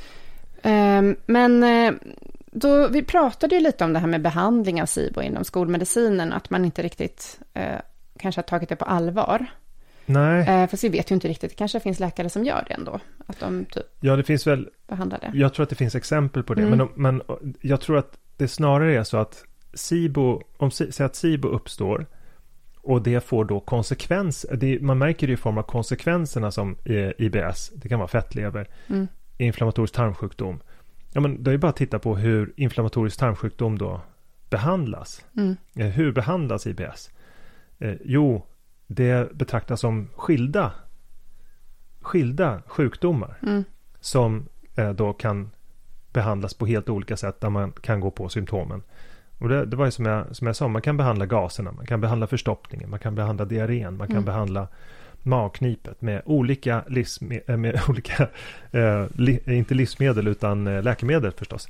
Men då, vi pratade ju lite om det här med behandling av SIBO inom skolmedicinen, att man inte riktigt kanske har tagit det på allvar. Nej. Fast vi vet ju inte riktigt, det kanske finns läkare som gör det ändå. Att de typ det finns väl behandlar det. Jag tror att det finns exempel på det, men jag tror att det snarare är så att SIBO, säg att SIBO uppstår och det får då konsekvenser, man märker det i form av konsekvenserna som IBS, det kan vara fettlever, inflammatorisk tarmsjukdom. Ja, men det är bara att titta på hur inflammatorisk tarmsjukdom då behandlas. Hur behandlas IBS? Jo, det betraktas som skilda sjukdomar som då kan behandlas på helt olika sätt, där man kan gå på symptomen. Och det var ju som jag sa, man kan behandla gaserna, man kan behandla förstoppningen, man kan behandla diarrén, man kan behandla magknipet med olika inte livsmedel utan läkemedel förstås.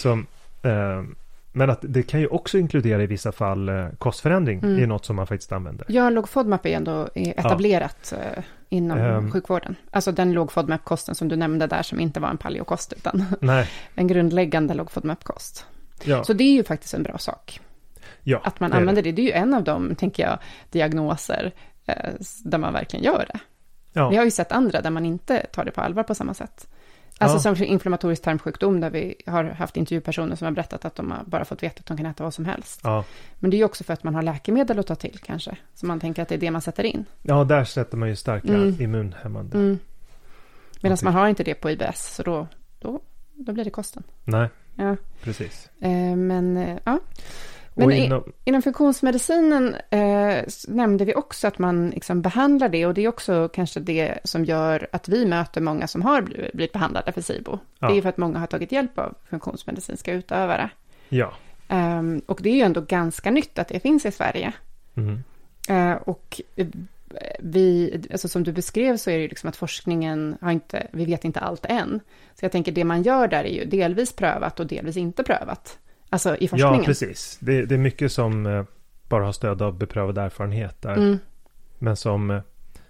Men att det kan ju också inkludera i vissa fall kostförändring är något som man faktiskt använder. Ja, låg FODMAP är ändå etablerat inom sjukvården. Alltså den låg FODMAP-kosten som du nämnde där, som inte var en paleokost utan en grundläggande låg FODMAP-kost. Ja. Så det är ju faktiskt en bra sak. Ja, att man använder det. Det är ju en av de, tänker jag, diagnoser där man verkligen gör det. Ja. Vi har ju sett andra där man inte tar det på allvar på samma sätt. Alltså som inflammatorisk tarmsjukdom, där vi har haft intervjupersoner som har berättat att de har bara fått veta att de kan äta vad som helst. Ja. Men det är ju också för att man har läkemedel att ta till kanske. Så man tänker att det är det man sätter in. Ja, där sätter man ju starka immunhämmande. Medan man har inte det på IBS, så då blir det kosten. Nej, precis. Men inom funktionsmedicinen nämnde vi också att man liksom behandlar det, och det är också kanske det som gör att vi möter många som har blivit behandlade för SIBO. Ja. Det är för att många har tagit hjälp av funktionsmedicinska utövare. Ja. Och det är ju ändå ganska nytt att det finns i Sverige. Och alltså som du beskrev, så är det ju liksom att forskningen vi vet inte allt än. Så jag tänker det man gör där är ju delvis prövat och delvis inte prövat. Alltså i forskningen. Ja, precis. Det är mycket som bara har stöd av beprövad erfarenhet där. Men som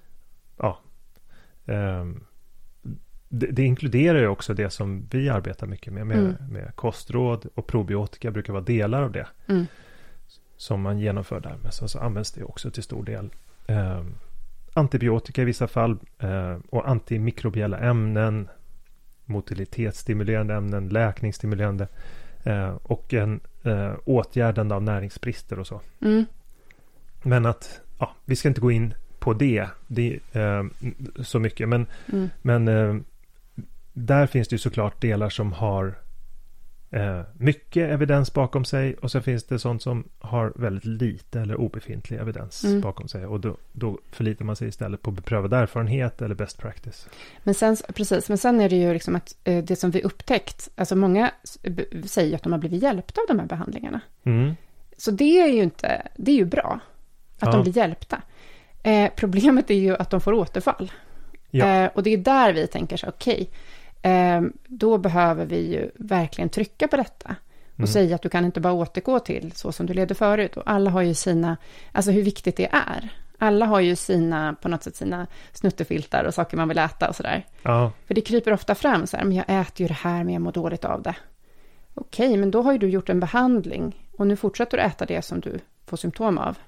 det inkluderar ju också det som vi arbetar mycket med kostråd, och probiotika brukar vara delar av det som man genomför där. Men så används det också till stor del antibiotika i vissa fall, och antimikrobiella ämnen, motilitetsstimulerande ämnen, läkningsstimulerande och en åtgärdande av näringsbrister och så. Men att vi ska inte gå in på det så mycket, men där finns det ju såklart delar som har mycket evidens bakom sig, och så finns det sånt som har väldigt lite eller obefintlig evidens bakom sig, och då förlitar man sig istället på beprövad erfarenhet eller best practice. Men sen är det ju liksom att det som vi upptäckt, alltså många säger att de har blivit hjälpta av de här behandlingarna. Så det är ju bra att de blir hjälpta. Problemet är ju att de får återfall. Och det är där vi tänker så okej, då behöver vi ju verkligen trycka på detta och säga att du kan inte bara återgå till så som du levde förut. Och alla har ju sina, alltså hur viktigt det är. Alla har ju på något sätt sina snuttefiltar och saker man vill äta och sådär. Ja. För det kryper ofta fram så här, men jag äter ju det här men jag mår dåligt av det. Okej, men då har ju du gjort en behandling och nu fortsätter du äta det som du får symptom av.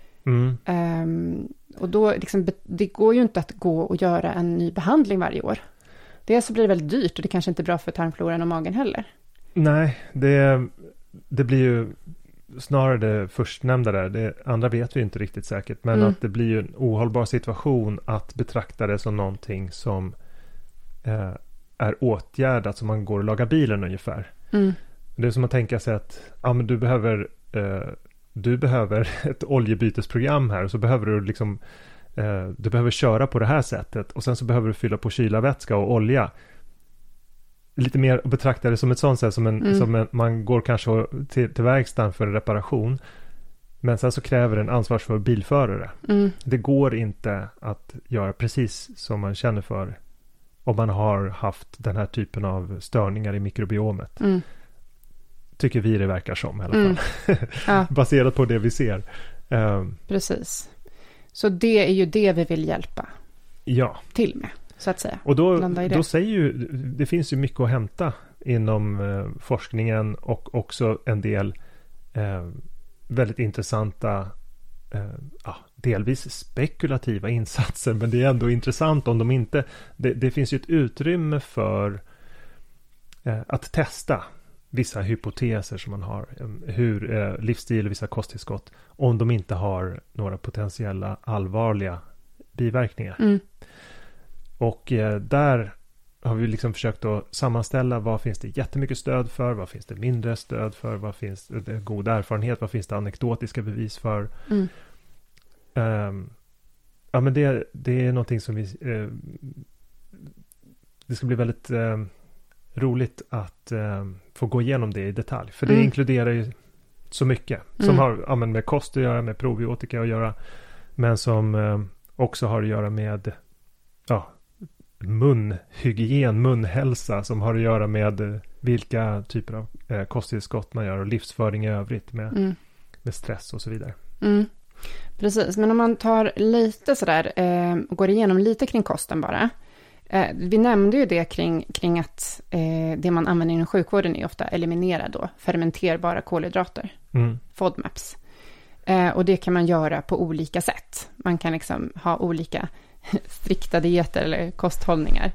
Och då liksom, det går ju inte att gå och göra en ny behandling varje år. Det så blir det väldigt dyrt, och det kanske inte är bra för tarmfloran och magen heller. Nej, det blir ju snarare det förstnämnda där. Det andra vet vi inte riktigt säkert. Men att det blir ju en ohållbar situation att betrakta det som någonting som är åtgärdat, som man går och lagar bilen ungefär. Det är som att tänka sig att men du behöver ett oljebytesprogram här, och så behöver du liksom du behöver köra på det här sättet, och sen så behöver du fylla på kylarvätska och olja. Lite mer betrakta det som ett sånt sätt, som man går kanske till verkstaden för reparation, men sen så kräver en ansvarsfull bilförare. Det går inte att göra precis som man känner för om man har haft den här typen av störningar i mikrobiomet. Tycker vi det verkar som i alla fall. Baserat på det vi ser. Precis. Så det är ju det vi vill hjälpa till med, så att säga. Och då säger ju, det finns ju mycket att hämta inom forskningen och också en del väldigt intressanta delvis spekulativa insatser, men det är ändå intressant om de inte, det finns ju ett utrymme för att testa vissa hypoteser som man har, hur livsstil och vissa kosttillskott, om de inte har några potentiella allvarliga biverkningar. Och där har vi liksom försökt att sammanställa vad finns det jättemycket stöd för, vad finns det mindre stöd för, vad finns det god erfarenhet, vad finns det anekdotiska bevis för. Men det är någonting som vi det ska bli väldigt roligt att få gå igenom det i detalj, för det inkluderar ju så mycket som har med kost att göra, med probiotika att göra, men som också har att göra med munhygien, munhälsa, som har att göra med vilka typer av kosttillskott man gör och livsföring i övrigt med stress och så vidare. Precis, men om man tar lite sådär går igenom lite kring kosten bara. Vi nämnde ju det kring att det man använder inom sjukvården är ofta eliminera då fermenterbara kolhydrater, FODMAPs. Och det kan man göra på olika sätt. Man kan liksom ha olika strikta dieter eller kosthållningar.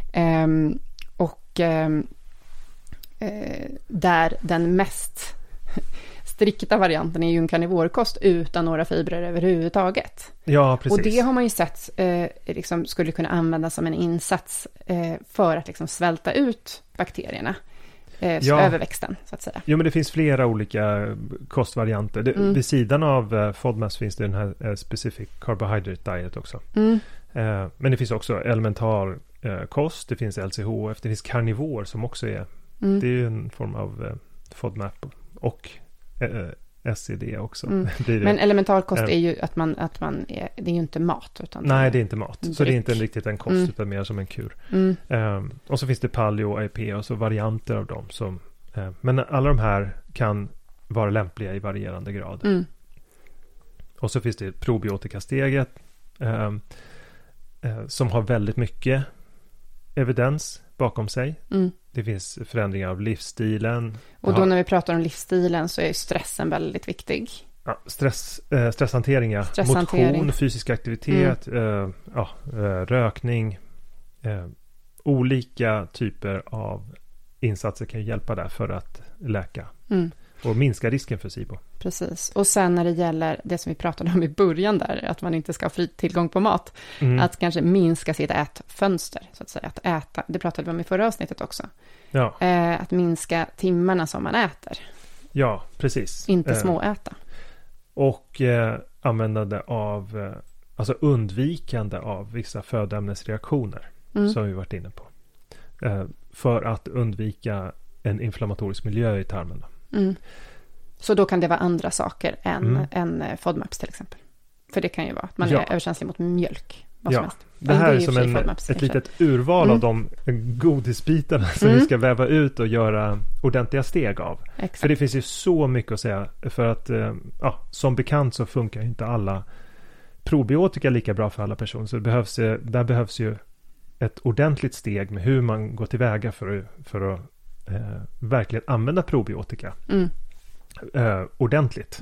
Där den mest strikta varianten är ju en karnivorkost utan några fibrer överhuvudtaget. Ja, precis. Och det har man ju sett liksom skulle kunna användas som en insats för att liksom svälta ut bakterierna. Överväxten, så att säga. Jo, men det finns flera olika kostvarianter. Vid sidan av FODMAPs finns det den här Specific Carbohydrate Diet också. Men det finns också elemental kost, det finns LCHF, det finns karnivor som också är det är ju en form av FODMAP och SCD också. Men elementalkost är ju att man är, det är ju inte mat. Utan nej, det är inte mat. Så det är inte riktigt en kost utan mer som en kur. Och så finns det paleo, AIP och så varianter av dem. Men alla de här kan vara lämpliga i varierande grad. Och så finns det probiotikasteget som har väldigt mycket evidens bakom sig. Det finns förändringar av livsstilen. Och då när vi pratar om livsstilen så är stressen väldigt viktig. Ja, stresshantering, motion, fysisk aktivitet, rökning. Olika typer av insatser kan hjälpa där för att läka och minska risken för SIBO. Precis. Och sen när det gäller det som vi pratade om i början där, att man inte ska ha fri tillgång på mat, att kanske minska sitt ätfönster, så att säga. Att äta, det pratade vi om i förra avsnittet också. Ja. Att minska timmarna som man äter. Ja, precis. Inte småäta. Och användande av, alltså undvikande av vissa födoämnesreaktioner, som vi varit inne på. För att undvika en inflammatorisk miljö i tarmen. Så då kan det vara andra saker än FODMAPs till exempel. För det kan ju vara att man är överkänslig mot mjölk. Det här är som ett litet urval av de godisbitarna som vi ska väva ut och göra ordentliga steg av. Exakt. För det finns ju så mycket att säga. För att som bekant så funkar ju inte alla probiotika lika bra för alla personer. Så där behövs ju ett ordentligt steg med hur man går tillväga för att verkligen använda probiotika ordentligt.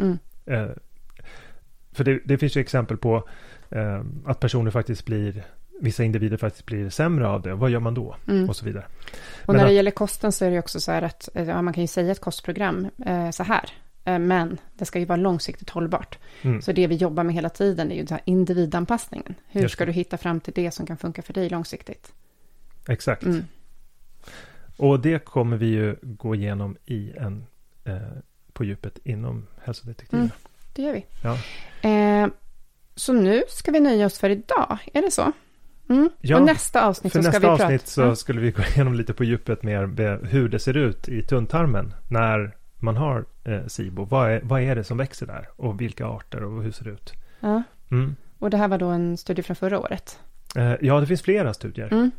För det finns ju exempel på att personer faktiskt vissa individer faktiskt blir sämre av det. Vad gör man då? Och så vidare. Och när det gäller kosten så är det också så här att man kan ju säga ett kostprogram så här. Men det ska ju vara långsiktigt hållbart. Så det vi jobbar med hela tiden är ju den här individanpassningen. Hur ska du hitta fram till det som kan funka för dig långsiktigt? Exakt. Och det kommer vi ju gå igenom på djupet inom hälsodetektiven. Det gör vi. Ja. Så nu ska vi nöja oss för idag. Är det så? Ja, och nästa avsnitt så ska vi prata. För nästa avsnitt så skulle vi gå igenom lite på djupet med hur det ser ut i tunntarmen när man har SIBO. Vad är det som växer där? Och vilka arter och hur ser det ut? Ja. Och det här var då en studie från förra året? Ja, det finns flera studier.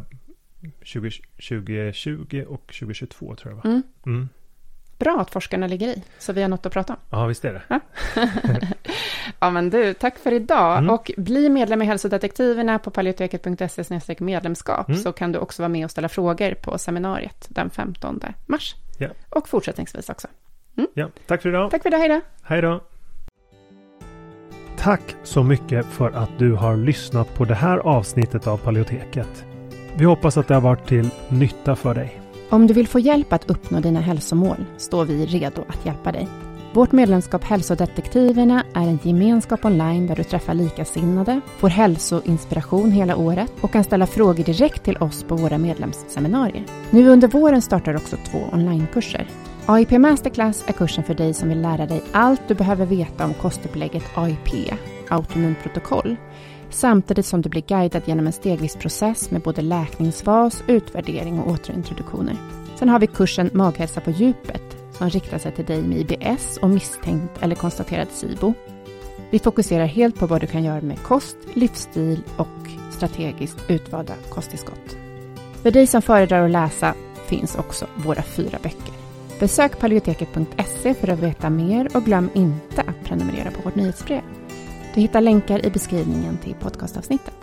2020 och 2022 tror jag va? Bra att forskarna ligger i, så vi har något att prata om. Ja, visst är det. Ja. Ja, men du, tack för idag. Och bli medlem i Hälsodetektiverna på paleoteket.se/medlemskap så kan du också vara med och ställa frågor på seminariet den 15 mars. Ja. Och fortsättningsvis också. Ja, tack för idag. Tack för idag, hej då. Hej då. Tack så mycket för att du har lyssnat på det här avsnittet av Paleoteket. Vi hoppas att det har varit till nytta för dig. Om du vill få hjälp att uppnå dina hälsomål står vi redo att hjälpa dig. Vårt medlemskap Hälsodetektiverna är en gemenskap online där du träffar likasinnade, får hälsoinspiration hela året och kan ställa frågor direkt till oss på våra medlemsseminarier. Nu under våren startar också 2 onlinekurser. AIP Masterclass är kursen för dig som vill lära dig allt du behöver veta om kostupplägget AIP, autoimmunprotokoll, samtidigt som du blir guidad genom en stegvis process med både läkningsfas, utvärdering och återintroduktioner. Sen har vi kursen Maghälsa på djupet som riktar sig till dig med IBS och misstänkt eller konstaterad SIBO. Vi fokuserar helt på vad du kan göra med kost, livsstil och strategiskt utvalda kosttillskott. För dig som föredrar att läsa finns också våra 4 böcker. Besök paleoteket.se för att veta mer och glöm inte att prenumerera på vårt nyhetsbrev. Du hittar länkar i beskrivningen till podcastavsnittet.